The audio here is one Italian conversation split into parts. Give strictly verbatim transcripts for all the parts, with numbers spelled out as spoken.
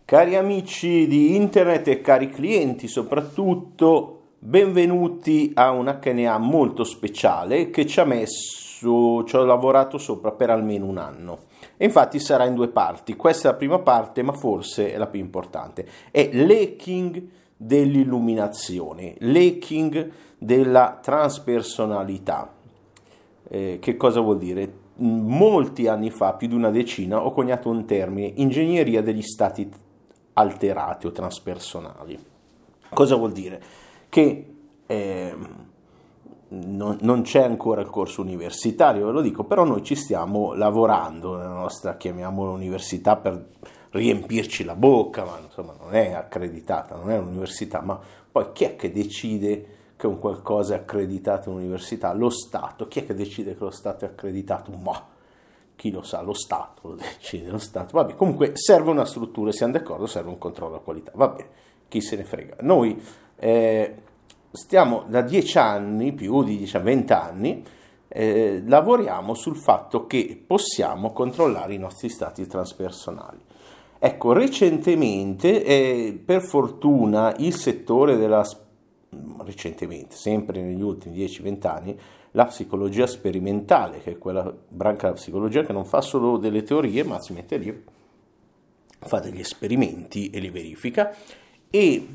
Cari amici di internet e cari clienti soprattutto, benvenuti a un acca enne a molto speciale che ci ha messo, ci ho lavorato sopra per almeno un anno. E infatti sarà in due parti. Questa è la prima parte, ma forse è la più importante. È l'hacking dell'illuminazione, l'hacking della transpersonalità. Eh, che cosa vuol dire? Molti anni fa, più di una decina, ho coniato un termine: ingegneria degli stati alterati o transpersonali. Cosa vuol dire? Che eh, non, non c'è ancora il corso universitario, ve lo dico, però noi ci stiamo lavorando nella nostra, chiamiamola, università, per riempirci la bocca, ma insomma non è accreditata, non è un'università, ma poi chi è che decide che un qualcosa è accreditato in università? Lo Stato. Chi è che decide che lo Stato è accreditato? Ma chi lo sa? Lo Stato lo decide, lo Stato. Vabbè, comunque serve una struttura, siamo d'accordo, serve un controllo della qualità. Va bene, chi se ne frega. Noi eh, stiamo da dieci anni, più di diciamo, venti anni, eh, lavoriamo sul fatto che possiamo controllare i nostri stati transpersonali. Ecco, recentemente, eh, per fortuna, il settore della recentemente, sempre negli ultimi dieci venti anni, la psicologia sperimentale, che è quella branca della psicologia che non fa solo delle teorie, ma si mette lì, fa degli esperimenti e li verifica, e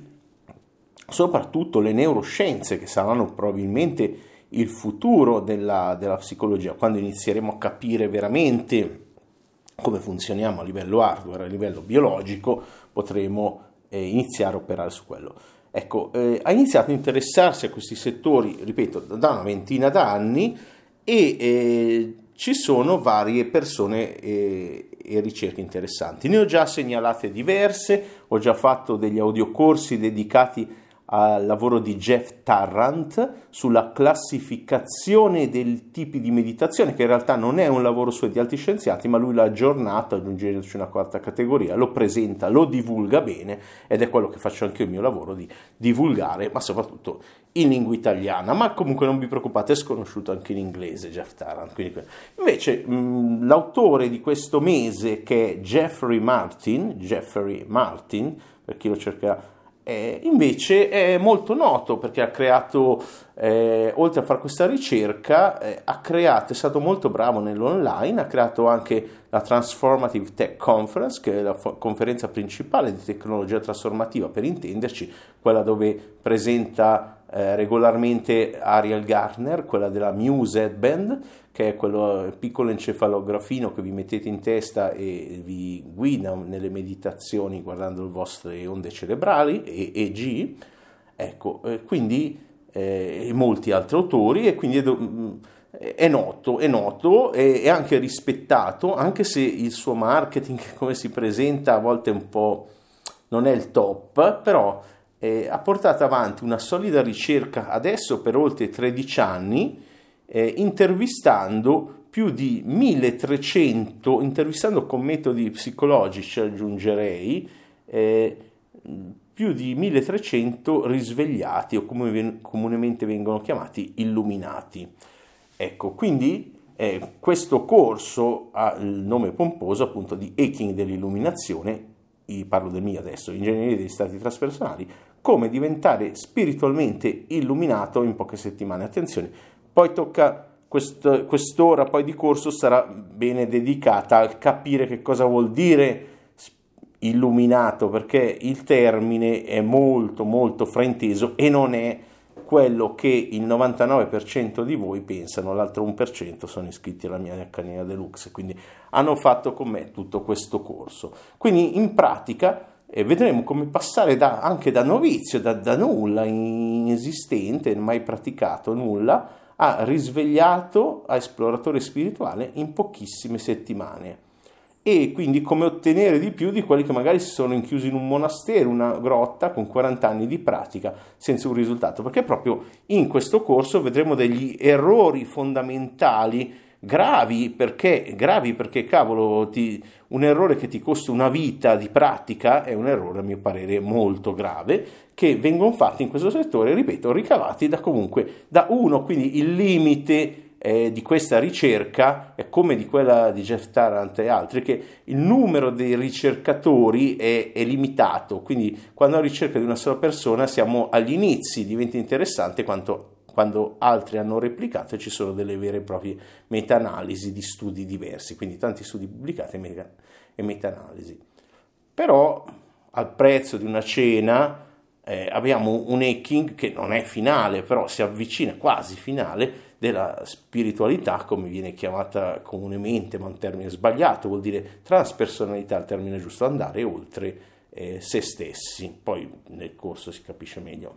soprattutto le neuroscienze, che saranno probabilmente il futuro della, della psicologia, quando inizieremo a capire veramente come funzioniamo a livello hardware, a livello biologico, potremo eh, iniziare a operare su quello. Ecco, eh, ha iniziato a interessarsi a questi settori, ripeto, da una ventina d'anni e eh, ci sono varie persone e, e ricerche interessanti. Ne ho già segnalate diverse, ho già fatto degli audiocorsi dedicati al lavoro di Jeff Tarrant sulla classificazione dei tipi di meditazione, che in realtà non è un lavoro suo di altri scienziati, ma lui l'ha aggiornato, aggiungendoci una quarta categoria, lo presenta, lo divulga bene, ed è quello che faccio anche io, il mio lavoro, di divulgare, ma soprattutto in lingua italiana. Ma comunque non vi preoccupate, è sconosciuto anche in inglese Jeff Tarrant. Quindi, invece mh, l'autore di questo mese, che è Jeffrey Martin, Jeffrey Martin, per chi lo cercherà, Eh, invece è molto noto perché ha creato, eh, oltre a fare questa ricerca, eh, ha creato, è stato molto bravo nell'online, ha creato anche la Transformative Tech Conference, che è la fo- conferenza principale di tecnologia trasformativa, per intenderci, quella dove presenta eh, regolarmente Ariel Gardner, quella della Muse Headband, che è quello piccolo encefalografino che vi mettete in testa e vi guida nelle meditazioni guardando le vostre onde cerebrali, E E G, ecco, eh, quindi eh, molti altri autori, e quindi è, do- è noto, è noto, è, è anche rispettato, anche se il suo marketing, come si presenta, a volte è un po' non è il top, però eh, ha portato avanti una solida ricerca adesso per oltre tredici anni, Eh, intervistando più di milletrecento, intervistando con metodi psicologici, aggiungerei, eh, più di milletrecento risvegliati, o come ven- comunemente vengono chiamati illuminati. Ecco, quindi eh, questo corso ha il nome pomposo appunto di Hacking dell'illuminazione, parlo del mio adesso, ingegneria degli stati transpersonali, come diventare spiritualmente illuminato in poche settimane. Attenzione, poi tocca quest, quest'ora poi di corso sarà bene dedicata a capire che cosa vuol dire illuminato, perché il termine è molto molto frainteso e non è quello che il novantanove per cento di voi pensano. L'altro uno per cento sono iscritti alla mia acca enne a Deluxe, quindi hanno fatto con me tutto questo corso. Quindi in pratica e vedremo come passare da, anche da novizio, da, da nulla, inesistente, mai praticato nulla, a risvegliato, a esploratore spirituale in pochissime settimane. E quindi come ottenere di più di quelli che magari si sono rinchiusi in un monastero, una grotta, con quaranta anni di pratica senza un risultato, perché proprio in questo corso vedremo degli errori fondamentali gravi, perché gravi perché cavolo, ti, un errore che ti costa una vita di pratica è un errore a mio parere molto grave, che vengono fatti in questo settore, ripeto, ricavati da comunque da uno, quindi il limite eh, di questa ricerca è come di quella di Jeff Tarrant e altri, che il numero dei ricercatori è, è limitato, quindi quando alla ricerca di una sola persona siamo agli inizi, diventa interessante quanto quando altri hanno replicato e ci sono delle vere e proprie meta-analisi di studi diversi, quindi tanti studi pubblicati e, meta- e meta-analisi. Però al prezzo di una cena eh, abbiamo un hacking che non è finale, però si avvicina quasi finale della spiritualità, come viene chiamata comunemente, ma un termine sbagliato, vuol dire transpersonalità, il termine giusto, andare oltre eh, se stessi, poi nel corso si capisce meglio.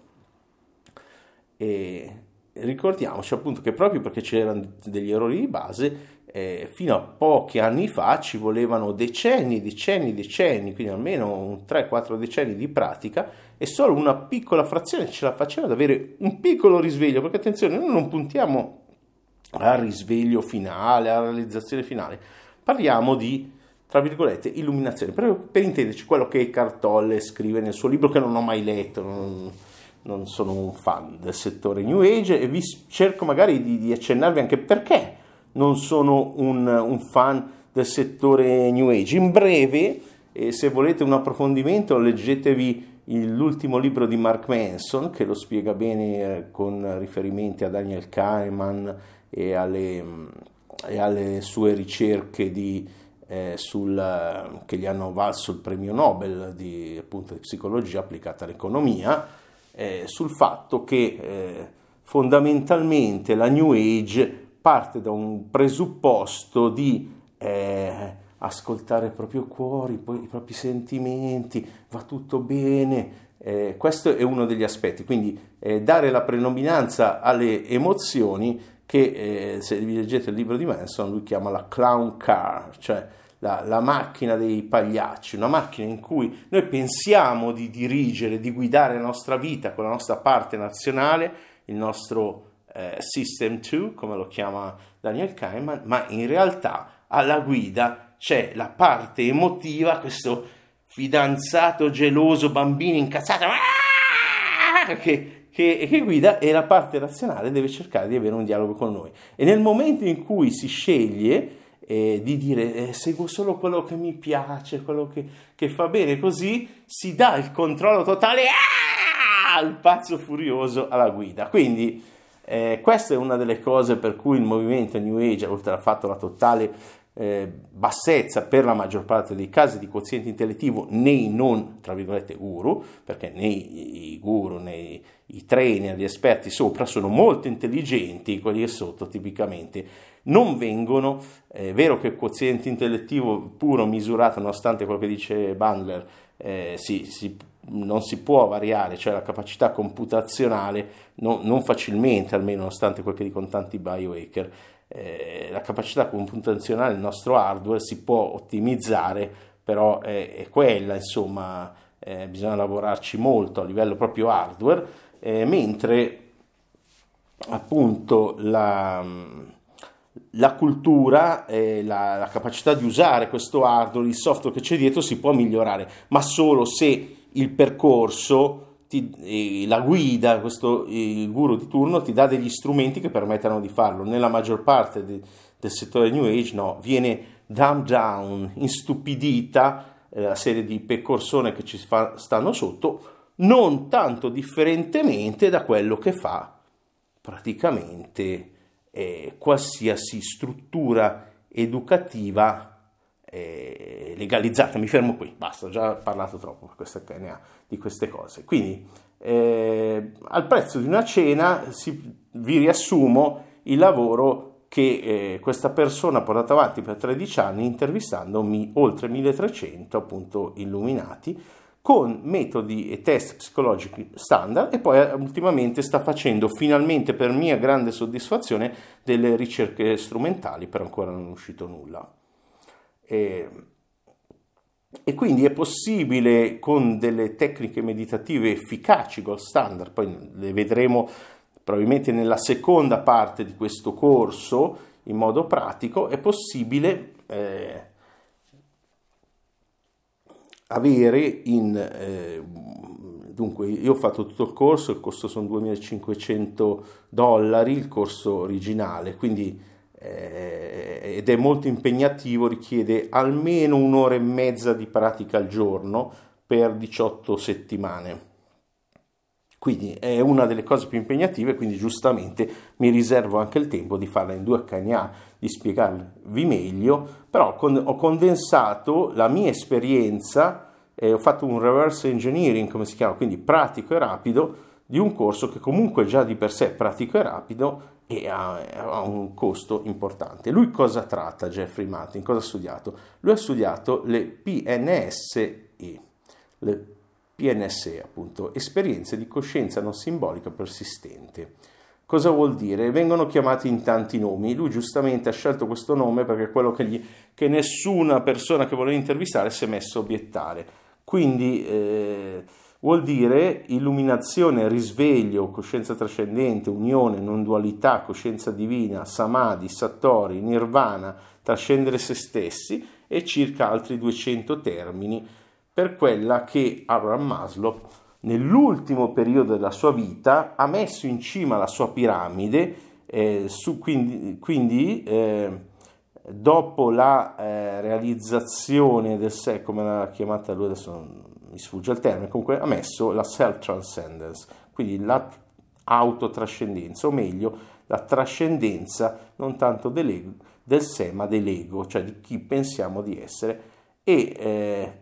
E ricordiamoci appunto che proprio perché c'erano degli errori di base, eh, fino a pochi anni fa ci volevano decenni, decenni, decenni, quindi almeno tre quattro decenni di pratica, e solo una piccola frazione ce la faceva ad avere un piccolo risveglio, perché attenzione, noi non puntiamo al risveglio finale, alla realizzazione finale, parliamo di, tra virgolette, illuminazione, per, per intenderci quello che Eckhart Tolle scrive nel suo libro, che non ho mai letto, non, non sono un fan del settore New Age, e vi cerco magari di, di accennarvi anche perché non sono un, un fan del settore New Age. In breve, eh, se volete un approfondimento, leggetevi l'ultimo libro di Mark Manson, che lo spiega bene eh, con riferimenti a Daniel Kahneman e alle, e alle sue ricerche di, eh, sul, che gli hanno valso il premio Nobel di, appunto, di psicologia applicata all'economia, eh, sul fatto che eh, fondamentalmente la New Age parte da un presupposto di eh, ascoltare il proprio cuore, poi i propri sentimenti, va tutto bene, eh, questo è uno degli aspetti, quindi eh, dare la predominanza alle emozioni che, eh, se vi leggete il libro di Manson, lui chiama la clown car, cioè la, la macchina dei pagliacci, una macchina in cui noi pensiamo di dirigere, di guidare la nostra vita con la nostra parte nazionale, il nostro eh, System due, come lo chiama Daniel Kahneman, ma in realtà alla guida c'è la parte emotiva, questo fidanzato geloso, bambino incazzato che, che, che guida, e la parte razionale deve cercare di avere un dialogo con noi. E nel momento in cui si sceglie eh, di dire eh, seguo solo quello che mi piace, quello che, che fa bene, così si dà il controllo totale al pazzo furioso alla guida. Quindi eh, questa è una delle cose per cui il movimento New Age, oltre al fatto la totale Eh, bassezza per la maggior parte dei casi di quoziente intellettivo nei non, tra virgolette, guru, perché né i guru né i trainer, gli esperti sopra sono molto intelligenti, quelli che sotto tipicamente non vengono. È vero che il quoziente intellettivo puro misurato, nonostante quello che dice Bandler, eh, si, si, non si può variare, cioè la capacità computazionale no, non facilmente, almeno nonostante quel che dicono tanti biohacker. Eh, la capacità computazionale del nostro hardware si può ottimizzare, però è, è quella, insomma, eh, bisogna lavorarci molto a livello proprio hardware, eh, mentre appunto la, la cultura, eh, la, la capacità di usare questo hardware, il software che c'è dietro si può migliorare, ma solo se il percorso, Ti, la guida, questo, il guru di turno ti dà degli strumenti che permettano di farlo. Nella maggior parte di, del settore New Age no, viene dumbed down, instupidita eh, la serie di pecorsone che ci fa, stanno sotto, non tanto differentemente da quello che fa praticamente eh, qualsiasi struttura educativa eh, legalizzata. Mi fermo qui, basta, ho già parlato troppo per questa K N A di queste cose. Quindi eh, al prezzo di una cena si, vi riassumo il lavoro che eh, questa persona ha portato avanti per tredici anni, intervistando mi, oltre milletrecento appunto illuminati con metodi e test psicologici standard, e poi ultimamente sta facendo finalmente, per mia grande soddisfazione, delle ricerche strumentali, però ancora non è uscito nulla. E, e quindi è possibile, con delle tecniche meditative efficaci, gold standard, poi le vedremo probabilmente nella seconda parte di questo corso in modo pratico, è possibile eh, avere in, eh, dunque io ho fatto tutto il corso, il costo sono duemilacinquecento dollari, il corso originale, quindi eh, ed è molto impegnativo, richiede almeno un'ora e mezza di pratica al giorno per diciotto settimane. Quindi è una delle cose più impegnative, quindi giustamente mi riservo anche il tempo di farla in due H N A, di spiegarvi meglio, però con, ho condensato la mia esperienza, eh, ho fatto un reverse engineering, come si chiama, quindi pratico e rapido, di un corso che comunque già di per sé è pratico e rapido e ha, ha un costo importante. Lui cosa tratta, Jeffrey Martin? Cosa ha studiato? Lui ha studiato le P N S E, le P N S E appunto, esperienze di coscienza non simbolica persistente. Cosa vuol dire? Vengono chiamati in tanti nomi, lui giustamente ha scelto questo nome perché è quello che, gli, che nessuna persona che voleva intervistare si è messo a obiettare. Quindi eh, vuol dire illuminazione, risveglio, coscienza trascendente, unione, non dualità, coscienza divina, samadhi, satori, nirvana, trascendere se stessi e circa altri duecento termini per quella che Abraham Maslow nell'ultimo periodo della sua vita ha messo in cima alla sua piramide, eh, su, quindi, quindi eh, dopo la eh, realizzazione del sé, come l'ha chiamata lui, adesso non mi sfugge il termine, comunque ha messo la self-transcendence, quindi l'autotrascendenza, o meglio la trascendenza non tanto dell'ego, del sé ma dell'ego, cioè di chi pensiamo di essere, e eh,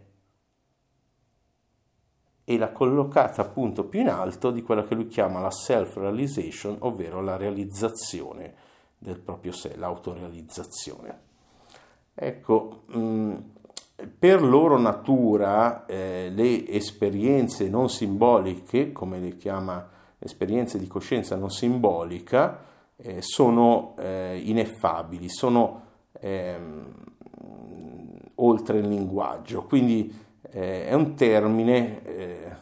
e l'ha collocata appunto più in alto di quella che lui chiama la self-realization, ovvero la realizzazione del proprio sé, l'autorealizzazione. Ecco, mh, per loro natura eh, le esperienze non simboliche, come le chiama esperienze di coscienza non simbolica, eh, sono eh, ineffabili, sono eh, oltre il linguaggio, quindi Eh, è un termine eh,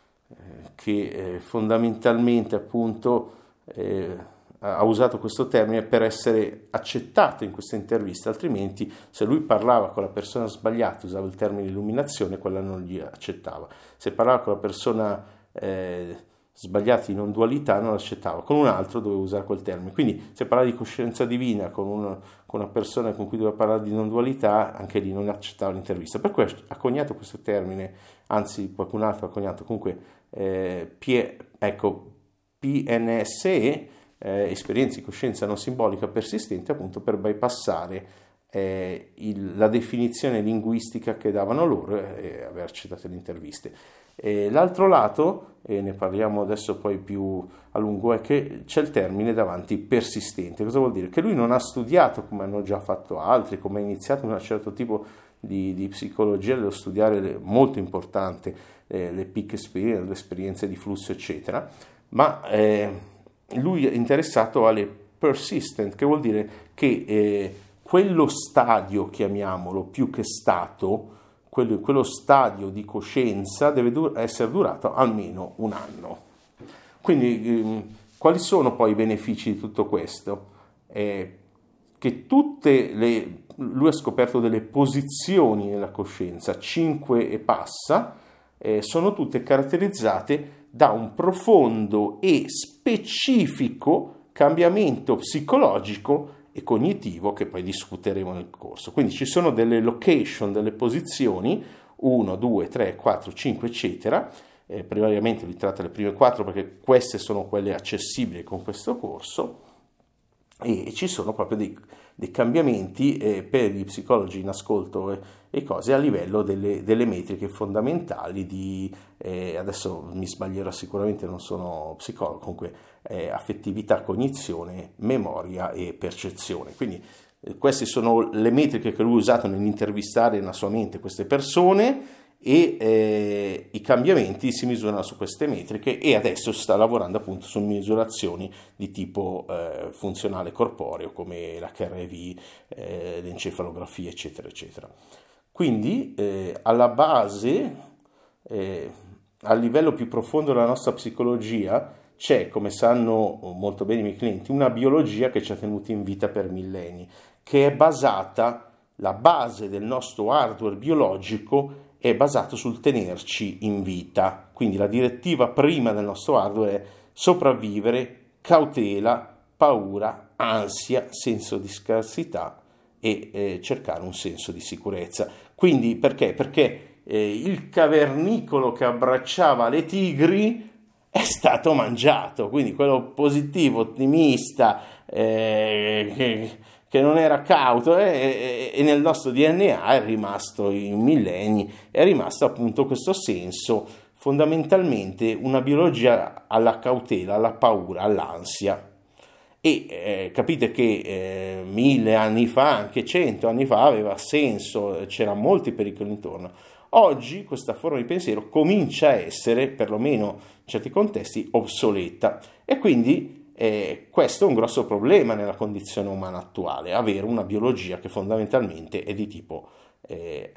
che eh, fondamentalmente appunto eh, ha usato questo termine per essere accettato in questa intervista, altrimenti se lui parlava con la persona sbagliata usava il termine illuminazione, quella non gli accettava, se parlava con la persona eh, sbagliata di non dualità non l'accettava, con un altro doveva usare quel termine, quindi se parlava di coscienza divina con una, con una persona con cui doveva parlare di non dualità, anche lì non accettava l'intervista, per cui ha coniato questo termine, anzi qualcun altro ha coniato comunque eh, P, ecco, P N S E, eh, esperienze di coscienza non simbolica persistente, appunto per bypassare eh, il, la definizione linguistica che davano loro e aver accettato le interviste. E l'altro lato, e ne parliamo adesso poi più a lungo, è che c'è il termine davanti persistente. Cosa vuol dire? Che lui non ha studiato come hanno già fatto altri, come ha iniziato un certo tipo di, di psicologia, dello studiare le, molto importante eh, le peak experience, le esperienze di flusso eccetera, ma eh, lui è interessato alle persistent, che vuol dire che eh, quello stadio, chiamiamolo, più che stato, quello, quello stadio di coscienza deve dur- essere durato almeno un anno. Quindi ehm, quali sono poi i benefici di tutto questo? Eh, che tutte le, lui ha scoperto delle posizioni nella coscienza, cinque e passa, eh, sono tutte caratterizzate da un profondo e specifico cambiamento psicologico e cognitivo che poi discuteremo nel corso. Quindi ci sono delle location, delle posizioni, uno, due, tre, quattro, cinque, eccetera. Eh, prioritariamente li tratta le prime quattro perché queste sono quelle accessibili con questo corso, e, e ci sono proprio dei, dei cambiamenti eh, per gli psicologi in ascolto e, e cose a livello delle, delle metriche fondamentali di, eh, adesso mi sbaglierò sicuramente, non sono psicologo, comunque eh, affettività, cognizione, memoria e percezione. Quindi eh, queste sono le metriche che lui ha usato nell'intervistare nella sua mente queste persone, e eh, i cambiamenti si misurano su queste metriche, e adesso sta lavorando appunto su misurazioni di tipo eh, funzionale corporeo come l'H R V, eh, l'encefalografia eccetera eccetera. Quindi eh, alla base, eh, a livello più profondo della nostra psicologia c'è, come sanno molto bene i miei clienti, una biologia che ci ha tenuti in vita per millenni, che è basata, la base del nostro hardware biologico è basato sul tenerci in vita. Quindi la direttiva prima del nostro hardware è sopravvivere, cautela, paura, ansia, senso di scarsità e eh, cercare un senso di sicurezza. Quindi perché? Perché eh, il cavernicolo che abbracciava le tigri è stato mangiato, quindi quello positivo, ottimista, eh, che, che non era cauto, eh, e nel nostro D N A è rimasto in millenni, è rimasto appunto questo senso, fondamentalmente una biologia alla cautela, alla paura, all'ansia. E eh, capite che eh, mille anni fa, anche cento anni fa, aveva senso, c'erano molti pericoli intorno. Oggi questa forma di pensiero comincia a essere, perlomeno in certi contesti, obsoleta, e quindi eh, questo è un grosso problema nella condizione umana attuale, avere una biologia che fondamentalmente è di tipo, eh,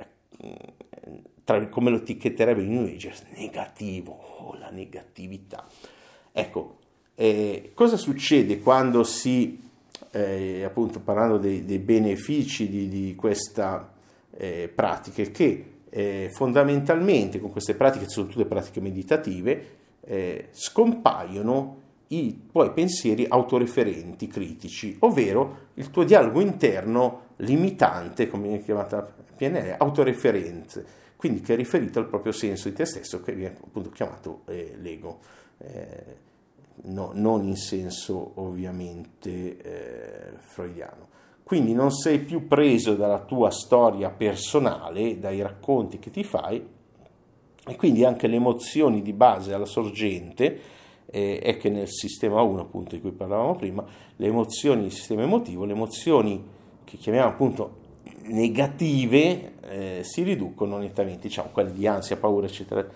tra, come lo etichetterebbe il New Age, negativo, oh, la negatività. Ecco, eh, cosa succede quando si, eh, appunto parlando dei, dei benefici di, di questa eh, pratica, che Eh, fondamentalmente con queste pratiche, sono tutte pratiche meditative, eh, scompaiono i tuoi pensieri autoreferenti critici, ovvero il tuo dialogo interno limitante, come viene chiamata P N L, autoreferente, quindi che è riferito al proprio senso di te stesso, che viene appunto chiamato eh, l'ego, eh, no, non in senso ovviamente eh, freudiano. Quindi non sei più preso dalla tua storia personale, dai racconti che ti fai, e quindi anche le emozioni di base alla sorgente, eh, è che nel sistema uno, appunto, di cui parlavamo prima, le emozioni del sistema emotivo, le emozioni che chiamiamo appunto negative, eh, si riducono nettamente, diciamo quelle di ansia, paura, eccetera,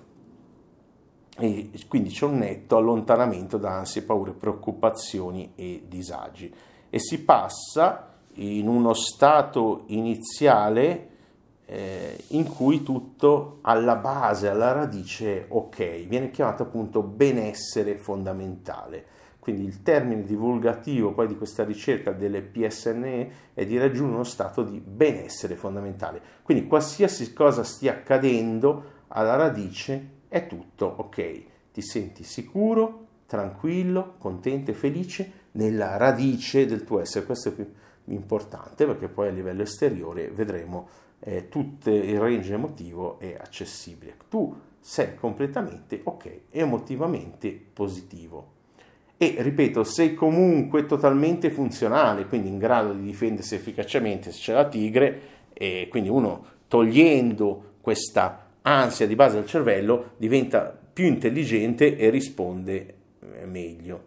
e quindi c'è un netto allontanamento da ansie, paure, preoccupazioni e disagi. E si passa in uno stato iniziale eh, in cui tutto alla base, alla radice, ok, viene chiamato appunto benessere fondamentale. Quindi il termine divulgativo poi di questa ricerca delle P S N E è di raggiungere uno stato di benessere fondamentale. Quindi qualsiasi cosa stia accadendo, alla radice è tutto ok, ti senti sicuro, tranquillo, contento e felice nella radice del tuo essere. Questo è più importante, perché poi a livello esteriore vedremo eh, tutto il range emotivo è accessibile. Tu sei completamente ok, emotivamente positivo e, ripeto, sei comunque totalmente funzionale, quindi in grado di difendersi efficacemente se c'è la tigre, e quindi uno, togliendo questa ansia di base del cervello, diventa più intelligente e risponde meglio.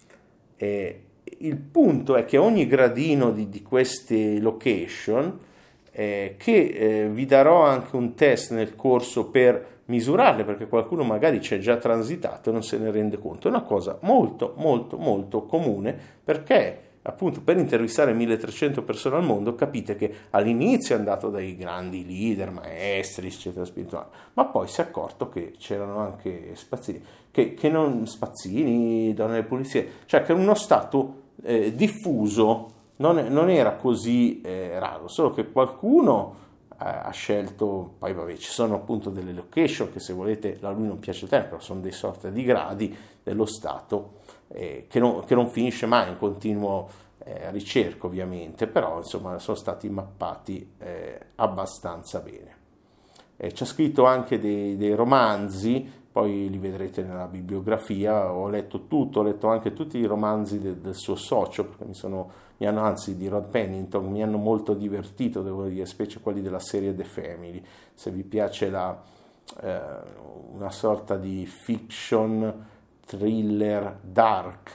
Eh, il punto è che ogni gradino di, di queste location, eh, che eh, vi darò anche un test nel corso per misurarle, perché qualcuno magari c'è già transitato e non se ne rende conto, è una cosa molto molto molto comune, perché appunto per intervistare milletrecento persone al mondo capite che all'inizio è andato dai grandi leader, maestri, eccetera, spirituali, ma poi si è accorto che c'erano anche spazzini, che, che non spazzini, donne delle pulizie, cioè che uno stato eh, diffuso non, è, non era così eh, raro, solo che qualcuno eh, ha scelto, poi vabbè ci sono appunto delle location che, se volete, a lui non piace il termine, però sono dei sorte di gradi dello stato, Eh, che, non, che non finisce mai, in continuo eh, ricerca ovviamente, però insomma sono stati mappati eh, abbastanza bene. Eh, c'è scritto anche dei, dei romanzi, poi li vedrete nella bibliografia, ho letto tutto, ho letto anche tutti i romanzi de, del suo socio, perché mi sono, mi hanno, anzi di Rod Pennington, mi hanno molto divertito, devo dire, specie quelli della serie The Family. Se vi piace la, eh, una sorta di fiction thriller dark,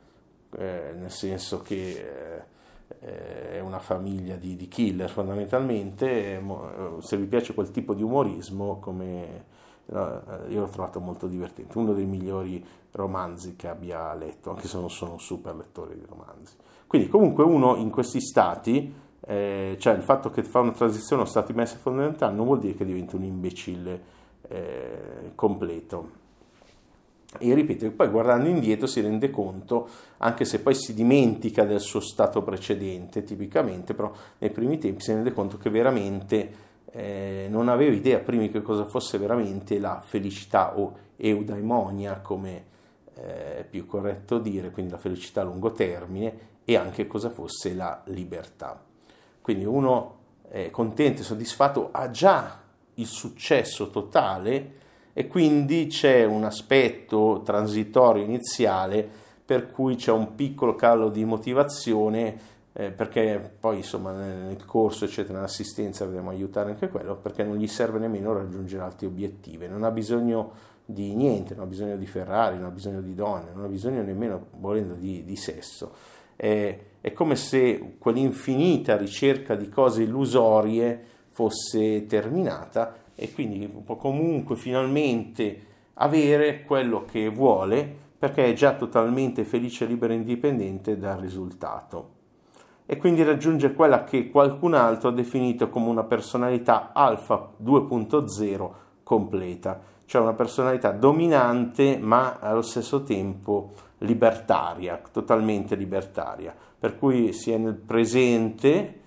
eh, nel senso che eh, è una famiglia di, di killer fondamentalmente, eh, se vi piace quel tipo di umorismo, come no, io l'ho trovato molto divertente, uno dei migliori romanzi che abbia letto, anche se non sono un super lettore di romanzi. Quindi comunque uno in questi stati, eh, cioè il fatto che fa una transizione a stati messi fondamentali non vuol dire che diventa un imbecille eh, completo. E ripeto, poi guardando indietro si rende conto, anche se poi si dimentica del suo stato precedente tipicamente, però nei primi tempi si rende conto che veramente eh, non avevo idea prima di che cosa fosse veramente la felicità o eudaimonia, come eh, è più corretto dire, quindi la felicità a lungo termine, e anche cosa fosse la libertà. Quindi uno è contento e soddisfatto, ha già il successo totale, e quindi c'è un aspetto transitorio iniziale per cui c'è un piccolo calo di motivazione, eh, perché poi insomma nel corso eccetera, nell'assistenza dobbiamo aiutare anche quello, perché non gli serve nemmeno raggiungere altri obiettivi, non ha bisogno di niente, non ha bisogno di Ferrari, non ha bisogno di donne, non ha bisogno nemmeno, volendo, di, di sesso. È, è come se quell'infinita ricerca di cose illusorie fosse terminata, e quindi può comunque finalmente avere quello che vuole, perché è già totalmente felice, libero e indipendente dal risultato, e quindi raggiunge quella che qualcun altro ha definito come una personalità alfa due punto zero completa, cioè una personalità dominante ma allo stesso tempo libertaria, totalmente libertaria, per cui si è nel presente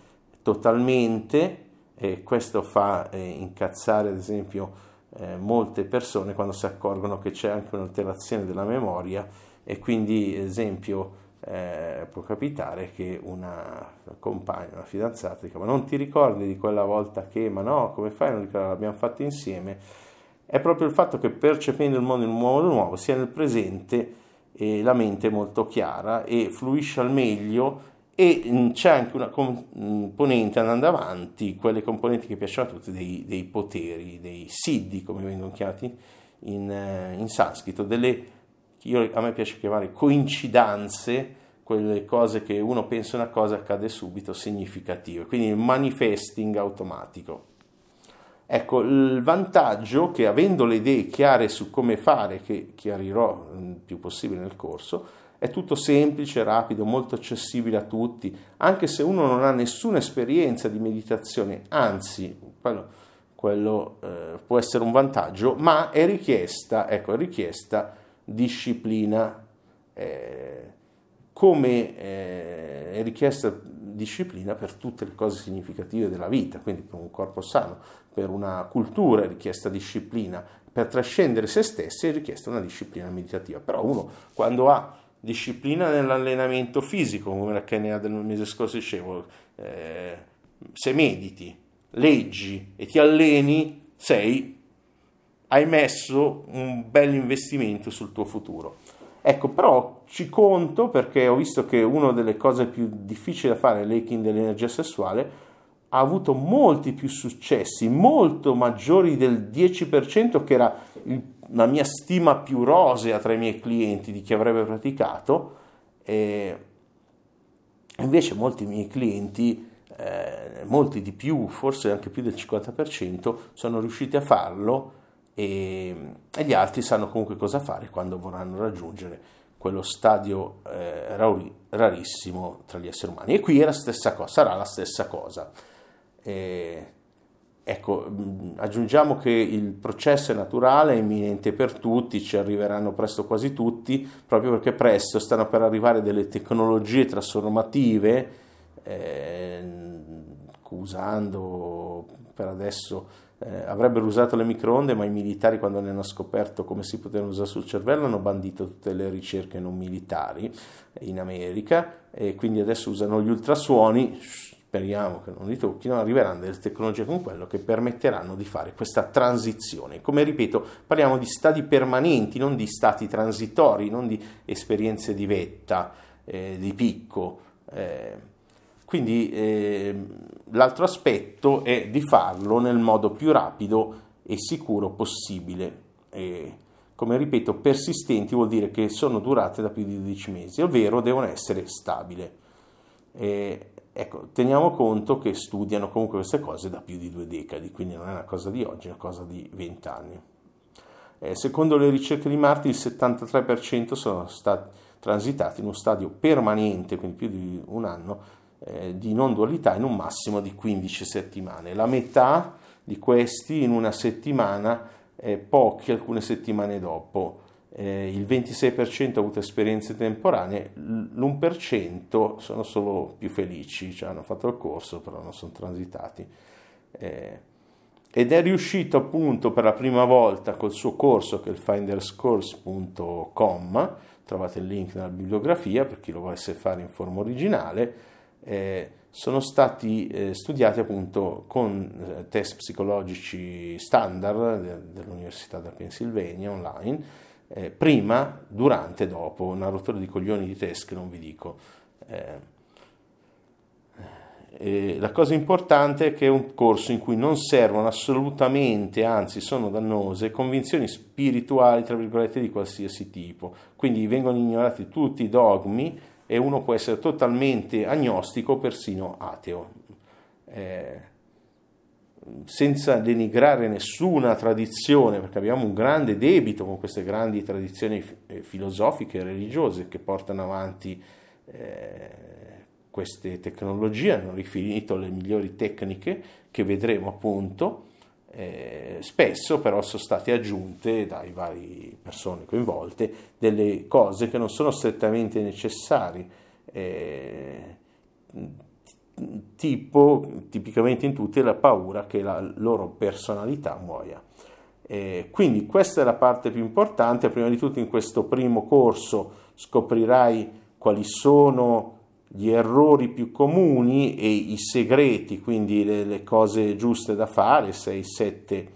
totalmente. E questo fa eh, incazzare ad esempio eh, molte persone quando si accorgono che c'è anche un'alterazione della memoria, e quindi ad esempio eh, può capitare che una compagna, una fidanzata dica: ma non ti ricordi di quella volta che, ma no, come fai a non ricordare, l'abbiamo fatto insieme? È proprio il fatto che, percependo il mondo in un modo nuovo, sia nel presente e la mente è molto chiara e fluisce al meglio. E c'è anche una componente, andando avanti, quelle componenti che piacciono a tutti, dei, dei poteri, dei siddhi, come vengono chiamati in, in sanscrito, delle, io, a me piace chiamare coincidenze, quelle cose che uno pensa una cosa e accade subito, significative, quindi il manifesting automatico. Ecco, il vantaggio che, avendo le idee chiare su come fare, che chiarirò il più possibile nel corso, è tutto semplice, rapido, molto accessibile a tutti, anche se uno non ha nessuna esperienza di meditazione, anzi, quello, quello eh, può essere un vantaggio, ma è richiesta, ecco, è richiesta disciplina, eh, come eh, è richiesta disciplina per tutte le cose significative della vita, quindi per un corpo sano, per una cultura è richiesta disciplina, per trascendere se stessi è richiesta una disciplina meditativa. Però uno, quando ha disciplina nell'allenamento fisico, come la Kenya del mese scorso dicevo, eh, se mediti, leggi e ti alleni, sei, hai messo un bel investimento sul tuo futuro. Ecco, però ci conto, perché ho visto che una delle cose più difficili da fare, l'hacking dell'energia sessuale, ha avuto molti più successi, molto maggiori del dieci per cento, che era il la mia stima più rosea tra i miei clienti di chi avrebbe praticato, e invece molti miei clienti, eh, molti di più, forse anche più del cinquanta per cento, sono riusciti a farlo, e, e gli altri sanno comunque cosa fare quando vorranno raggiungere quello stadio eh, rarissimo tra gli esseri umani. E qui è la stessa cosa, sarà la stessa cosa. E, Ecco, aggiungiamo che il processo è naturale, è imminente per tutti, ci arriveranno presto quasi tutti, proprio perché presto stanno per arrivare delle tecnologie trasformative, eh, usando per adesso, eh, avrebbero usato le microonde, ma i militari, quando ne hanno scoperto come si potevano usare sul cervello, hanno bandito tutte le ricerche non militari in America, e quindi adesso usano gli ultrasuoni. Speriamo che non li tocchino, arriveranno delle tecnologie come quello che permetteranno di fare questa transizione. Come ripeto, parliamo di stati permanenti, non di stati transitori, non di esperienze di vetta, eh, di picco. Eh, quindi eh, l'altro aspetto è di farlo nel modo più rapido e sicuro possibile. E, come ripeto, persistenti vuol dire che sono durate da più di dodici mesi, ovvero devono essere stabili. E, Ecco, teniamo conto che studiano comunque queste cose da più di due decadi, quindi non è una cosa di oggi, è una cosa di vent'anni. Eh, secondo le ricerche di Martin, il settantatré per cento sono stati transitati in uno stadio permanente, quindi più di un anno, eh, di non dualità in un massimo di quindici settimane. La metà di questi in una settimana, eh, pochi alcune settimane dopo. Eh, il ventisei per cento ha avuto esperienze temporanee, l'uno per cento sono solo più felici, cioè hanno fatto il corso però non sono transitati. Eh, ed è riuscito appunto per la prima volta col suo corso, che è il finders course punto com, trovate il link nella bibliografia per chi lo volesse fare in forma originale. Eh, sono stati eh, studiati appunto con eh, test psicologici standard de- dell'Università della Pennsylvania online, eh, prima, durante e dopo, una rottura di coglioni di test che non vi dico. Eh, eh, la cosa importante è che è un corso in cui non servono assolutamente, anzi sono dannose, convinzioni spirituali, tra virgolette, di qualsiasi tipo, quindi vengono ignorati tutti i dogmi e uno può essere totalmente agnostico, persino ateo, eh, senza denigrare nessuna tradizione, perché abbiamo un grande debito con queste grandi tradizioni filosofiche e religiose che portano avanti eh, queste tecnologie, hanno rifinito le migliori tecniche che vedremo appunto. Eh, spesso però sono state aggiunte dai vari persone coinvolte delle cose che non sono strettamente necessarie, eh, tipo tipicamente in tutti la paura che la loro personalità muoia. Eh, quindi questa è la parte più importante. Prima di tutto in questo primo corso scoprirai quali sono gli errori più comuni e i segreti, quindi le, le cose giuste da fare, sei sette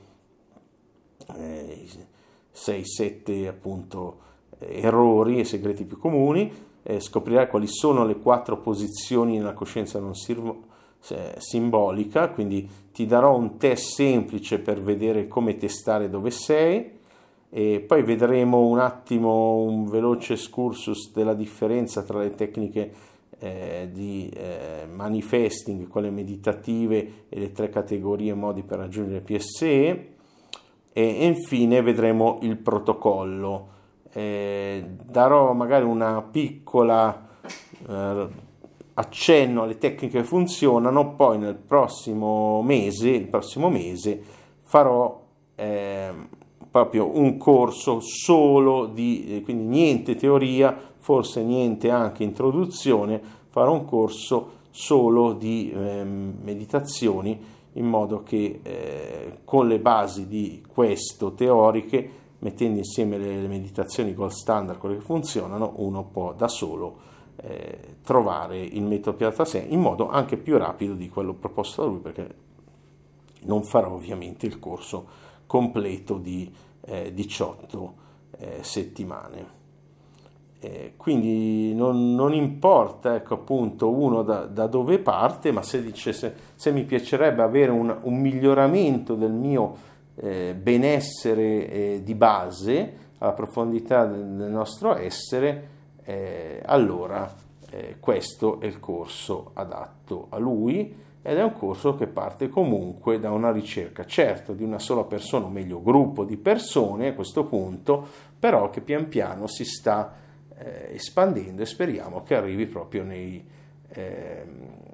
eh, appunto errori e segreti più comuni. Eh, scoprirai quali sono le quattro posizioni nella coscienza non sirvo, eh, simbolica, quindi ti darò un test semplice per vedere come testare dove sei, e poi vedremo un attimo un veloce excursus della differenza tra le tecniche Eh, di eh, manifesting, quelle meditative, e le tre categorie e modi per raggiungere P S E, e infine vedremo il protocollo. Eh, darò magari una piccola eh, accenno alle tecniche che funzionano, poi nel prossimo mese, il prossimo mese farò eh, proprio un corso solo di, quindi niente teoria, forse niente anche introduzione, farò un corso solo di eh, meditazioni, in modo che eh, con le basi di questo teoriche, mettendo insieme le, le meditazioni gold standard, quelle che funzionano, uno può da solo eh, trovare il metodo più adatto a sé in modo anche più rapido di quello proposto da lui, perché non farò ovviamente il corso completo di eh, diciotto eh, settimane. Eh, quindi non, non importa, ecco, appunto, uno da, da dove parte, ma se dice se, se mi piacerebbe avere un, un miglioramento del mio eh, benessere eh, di base, alla profondità del, del nostro essere, eh, allora eh, questo è il corso adatto a lui. Ed è un corso che parte comunque da una ricerca, certo, di una sola persona, o meglio gruppo di persone a questo punto, però che pian piano si sta eh, espandendo, e speriamo che arrivi proprio nei, eh,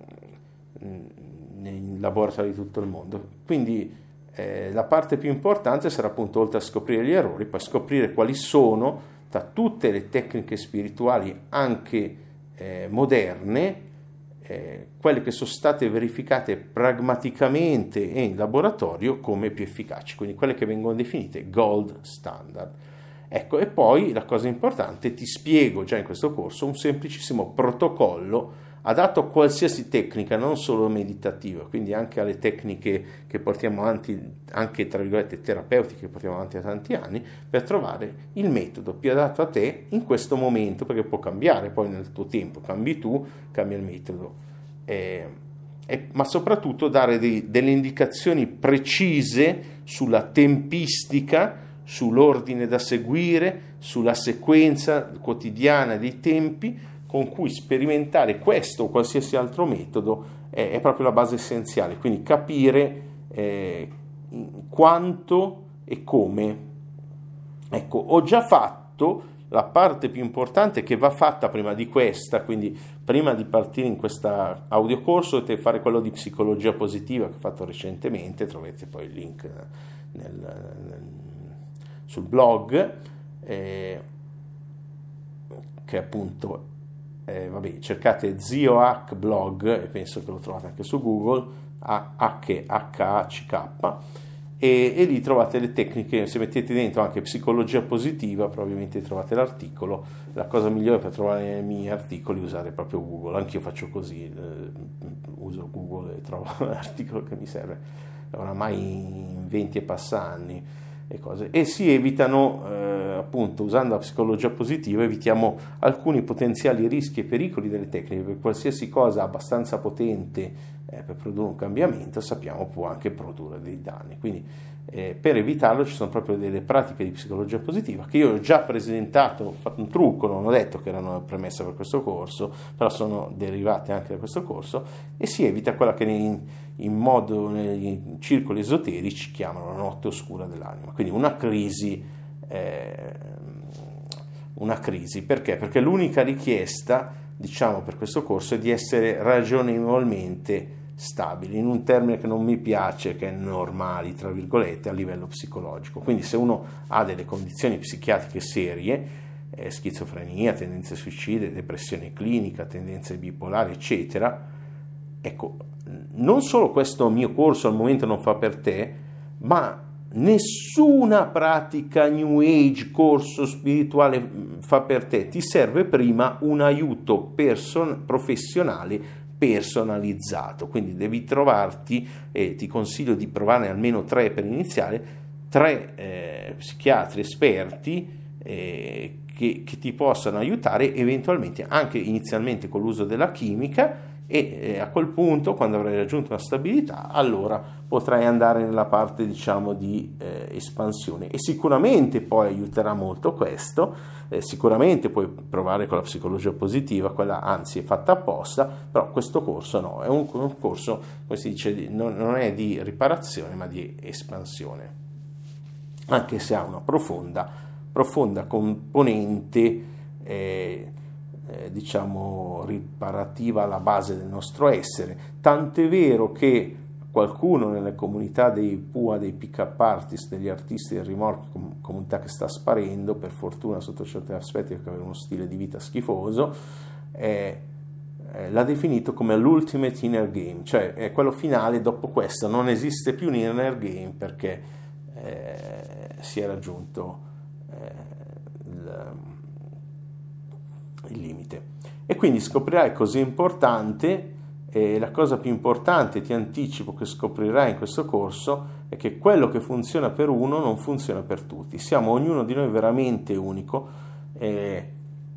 nei laboratori di tutto il mondo. Quindi eh, la parte più importante sarà appunto, oltre a scoprire gli errori, poi scoprire quali sono, tra tutte le tecniche spirituali anche eh, moderne, Eh, quelle che sono state verificate pragmaticamente e in laboratorio come più efficaci, quindi quelle che vengono definite gold standard. Ecco, e poi la cosa importante, ti spiego già in questo corso un semplicissimo protocollo adatto a qualsiasi tecnica, non solo meditativa, quindi anche alle tecniche che portiamo avanti, anche tra virgolette terapeutiche, che portiamo avanti da tanti anni, per trovare il metodo più adatto a te in questo momento, perché può cambiare poi nel tuo tempo, cambi tu, cambia il metodo, eh, eh, ma soprattutto dare dei, delle indicazioni precise sulla tempistica, sull'ordine da seguire, sulla sequenza quotidiana dei tempi con cui sperimentare questo o qualsiasi altro metodo è, è proprio la base essenziale, quindi capire eh, quanto e come. Ecco, ho già fatto la parte più importante che va fatta prima di questa, quindi prima di partire in questo audiocorso dovete fare quello di psicologia positiva che ho fatto recentemente, trovate poi il link nel, nel, sul blog, eh, che appunto Eh, vabbè, cercate Zio Hack blog e penso che lo trovate anche su Google, H A C K, e, e lì trovate le tecniche. Se mettete dentro anche psicologia positiva, probabilmente trovate l'articolo. La cosa migliore per trovare i miei articoli è usare proprio Google. Anch'io faccio così, eh, uso Google e trovo l'articolo che mi serve oramai in venti e passa anni e cose, e si evitano eh, appunto, usando la psicologia positiva evitiamo alcuni potenziali rischi e pericoli delle tecniche, perché qualsiasi cosa abbastanza potente eh, per produrre un cambiamento sappiamo può anche produrre dei danni. Quindi eh, per evitarlo ci sono proprio delle pratiche di psicologia positiva che io ho già presentato, ho fatto un trucco, non ho detto che erano premessa per questo corso, però sono derivate anche da questo corso, e si evita quella che nei, in modo nei circoli esoterici chiamano la notte oscura dell'anima, quindi una crisi, eh, una crisi, perché? Perché l'unica richiesta, diciamo, per questo corso è di essere ragionevolmente stabili, in un termine che non mi piace, che è normali, tra virgolette, a livello psicologico. Quindi se uno ha delle condizioni psichiatriche serie, eh, schizofrenia, tendenze suicide, depressione clinica, tendenze bipolari, eccetera, ecco, non solo questo mio corso al momento non fa per te, ma nessuna pratica New Age, corso spirituale fa per te. Ti serve prima un aiuto person- professionale personalizzato, quindi devi trovarti, e ti consiglio di provarne almeno tre per iniziare, tre eh, psichiatri esperti eh, che, che ti possano aiutare eventualmente anche inizialmente con l'uso della chimica, e eh, a quel punto, quando avrai raggiunto una stabilità, allora potrai andare nella parte, diciamo, di eh, espansione, e sicuramente poi aiuterà molto questo. Eh, sicuramente puoi provare con la psicologia positiva, quella anzi è fatta apposta, però questo corso no, è un, un corso, come si dice, non, non è di riparazione ma di espansione, anche se ha una profonda, profonda componente eh, eh, diciamo riparativa alla base del nostro essere, tant'è vero che qualcuno nelle comunità dei P U A, dei pick-up artist, degli artisti del rimorchio, comunità che sta sparendo per fortuna sotto certi aspetti perché aveva uno stile di vita schifoso, eh, eh, l'ha definito come l'ultimate inner game, cioè è quello finale. Dopo questo non esiste più un inner game perché eh, si è raggiunto eh, il, il limite, e quindi scoprirai così importante. E la cosa più importante, ti anticipo, che scoprirai in questo corso è che quello che funziona per uno non funziona per tutti. Siamo ognuno di noi veramente unico, eh,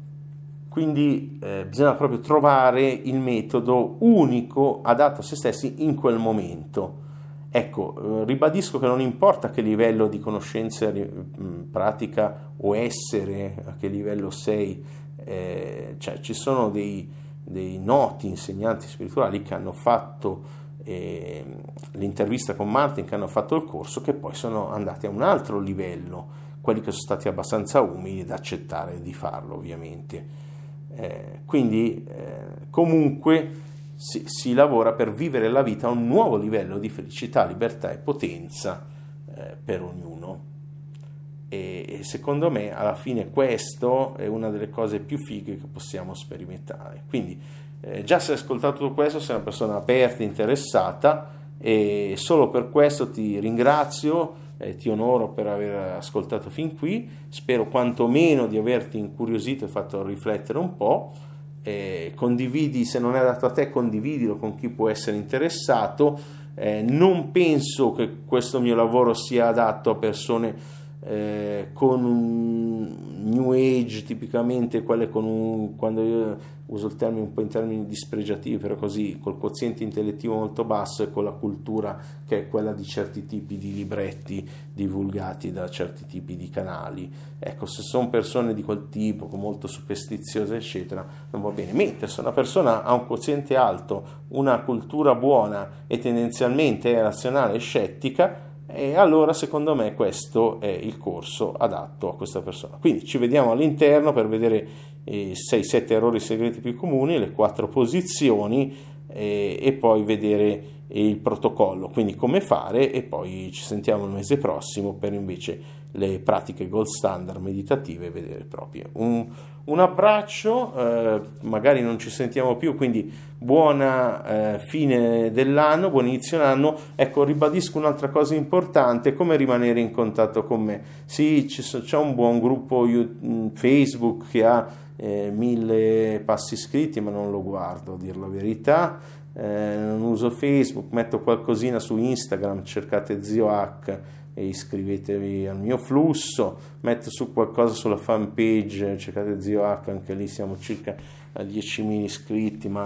quindi eh, bisogna proprio trovare il metodo unico adatto a se stessi in quel momento. Ecco, eh, ribadisco che non importa a che livello di conoscenza, mh, pratica o essere, a che livello sei, eh, cioè ci sono dei dei noti insegnanti spirituali che hanno fatto eh, l'intervista con Martin, che hanno fatto il corso, che poi sono andati a un altro livello, quelli che sono stati abbastanza umili da accettare di farlo, ovviamente. Eh, quindi eh, comunque si, si lavora per vivere la vita a un nuovo livello di felicità, libertà e potenza eh, per ognuno. E secondo me alla fine questo è una delle cose più fighe che possiamo sperimentare. Quindi eh, già se hai ascoltato tutto questo sei una persona aperta, interessata, e solo per questo ti ringrazio, eh, ti onoro per aver ascoltato fin qui. Spero quantomeno di averti incuriosito e fatto riflettere un po'. Eh, condividi, se non è adatto a te, condividilo con chi può essere interessato. Eh, non penso che questo mio lavoro sia adatto a persone Eh, con un New Age, tipicamente quelle con un, quando io uso il termine un po' in termini dispregiativi, però così, col quoziente intellettivo molto basso e con la cultura che è quella di certi tipi di libretti divulgati da certi tipi di canali. Ecco, se sono persone di quel tipo, con molto superstiziose eccetera, non va bene. Mentre se una persona ha un quoziente alto, una cultura buona e tendenzialmente è razionale e scettica, e allora secondo me questo è il corso adatto a questa persona. Quindi ci vediamo all'interno per vedere i sei sette errori segreti più comuni, le quattro posizioni, eh, e poi vedere e il protocollo, quindi come fare, e poi ci sentiamo il mese prossimo per invece le pratiche gold standard meditative vere e proprie. Un, un abbraccio, eh, magari non ci sentiamo più, quindi buona eh, fine dell'anno, buon inizio dell'anno. Ecco, ribadisco un'altra cosa importante: come rimanere in contatto con me. Sì, c'è un buon gruppo Facebook che ha eh, mille passi iscritti, ma non lo guardo, a dir la verità. Eh, non uso Facebook, metto qualcosina su Instagram, cercate Zio Hack e iscrivetevi al mio flusso, metto su qualcosa sulla fanpage, cercate Zio Hack, anche lì siamo circa a diecimila iscritti, ma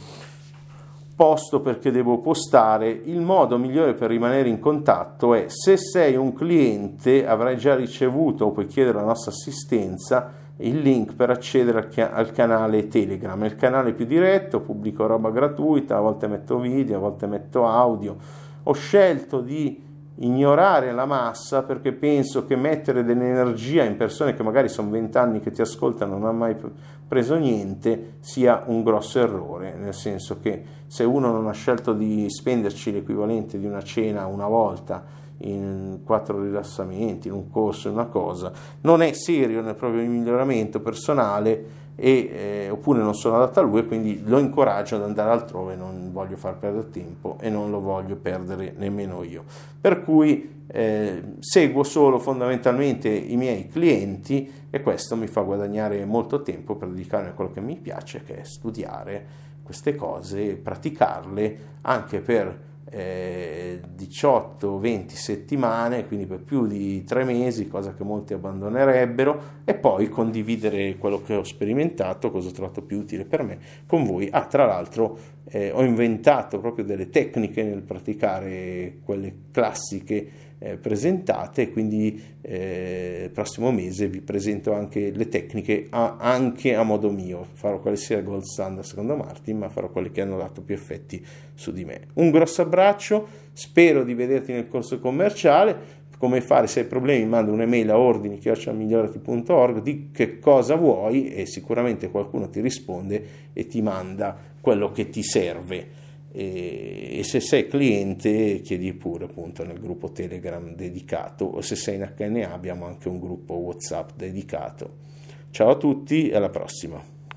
posto perché devo postare. Il modo migliore per rimanere in contatto è: se sei un cliente avrai già ricevuto o puoi chiedere la nostra assistenza il link per accedere al, ca- al canale Telegram. È il canale più diretto, pubblico roba gratuita, a volte metto video, a volte metto audio. Ho scelto di ignorare la massa perché penso che mettere dell'energia in persone che magari sono vent'anni che ti ascoltano, non hanno mai preso niente, sia un grosso errore, nel senso che se uno non ha scelto di spenderci l'equivalente di una cena una volta in quattro rilassamenti, in un corso, in una cosa, non è serio nel proprio miglioramento personale, e, eh, oppure non sono adatto a lui, e quindi lo incoraggio ad andare altrove. Non voglio far perdere tempo e non lo voglio perdere nemmeno io, per cui eh, seguo solo fondamentalmente i miei clienti, e questo mi fa guadagnare molto tempo per dedicarmi a quello che mi piace, che è studiare queste cose, praticarle anche per Eh, diciotto venti settimane, quindi per più di tre mesi, cosa che molti abbandonerebbero, e poi condividere quello che ho sperimentato, cosa ho trovato più utile per me, con voi. Ah, tra l'altro eh, ho inventato proprio delle tecniche nel praticare quelle classiche eh, presentate, quindi eh, il prossimo mese vi presento anche le tecniche a, anche a modo mio. Farò quelle sia gold standard secondo Martin, ma farò quelle che hanno dato più effetti su di me. Un grosso abbraccio, spero di vederti nel corso commerciale. Come fare? Se hai problemi, manda un'email a ordini chiocciola migliorati punto org, di che cosa vuoi e sicuramente qualcuno ti risponde e ti manda quello che ti serve. E, e se sei cliente chiedi pure appunto nel gruppo Telegram dedicato, o se sei in H N A abbiamo anche un gruppo WhatsApp dedicato. Ciao a tutti e alla prossima.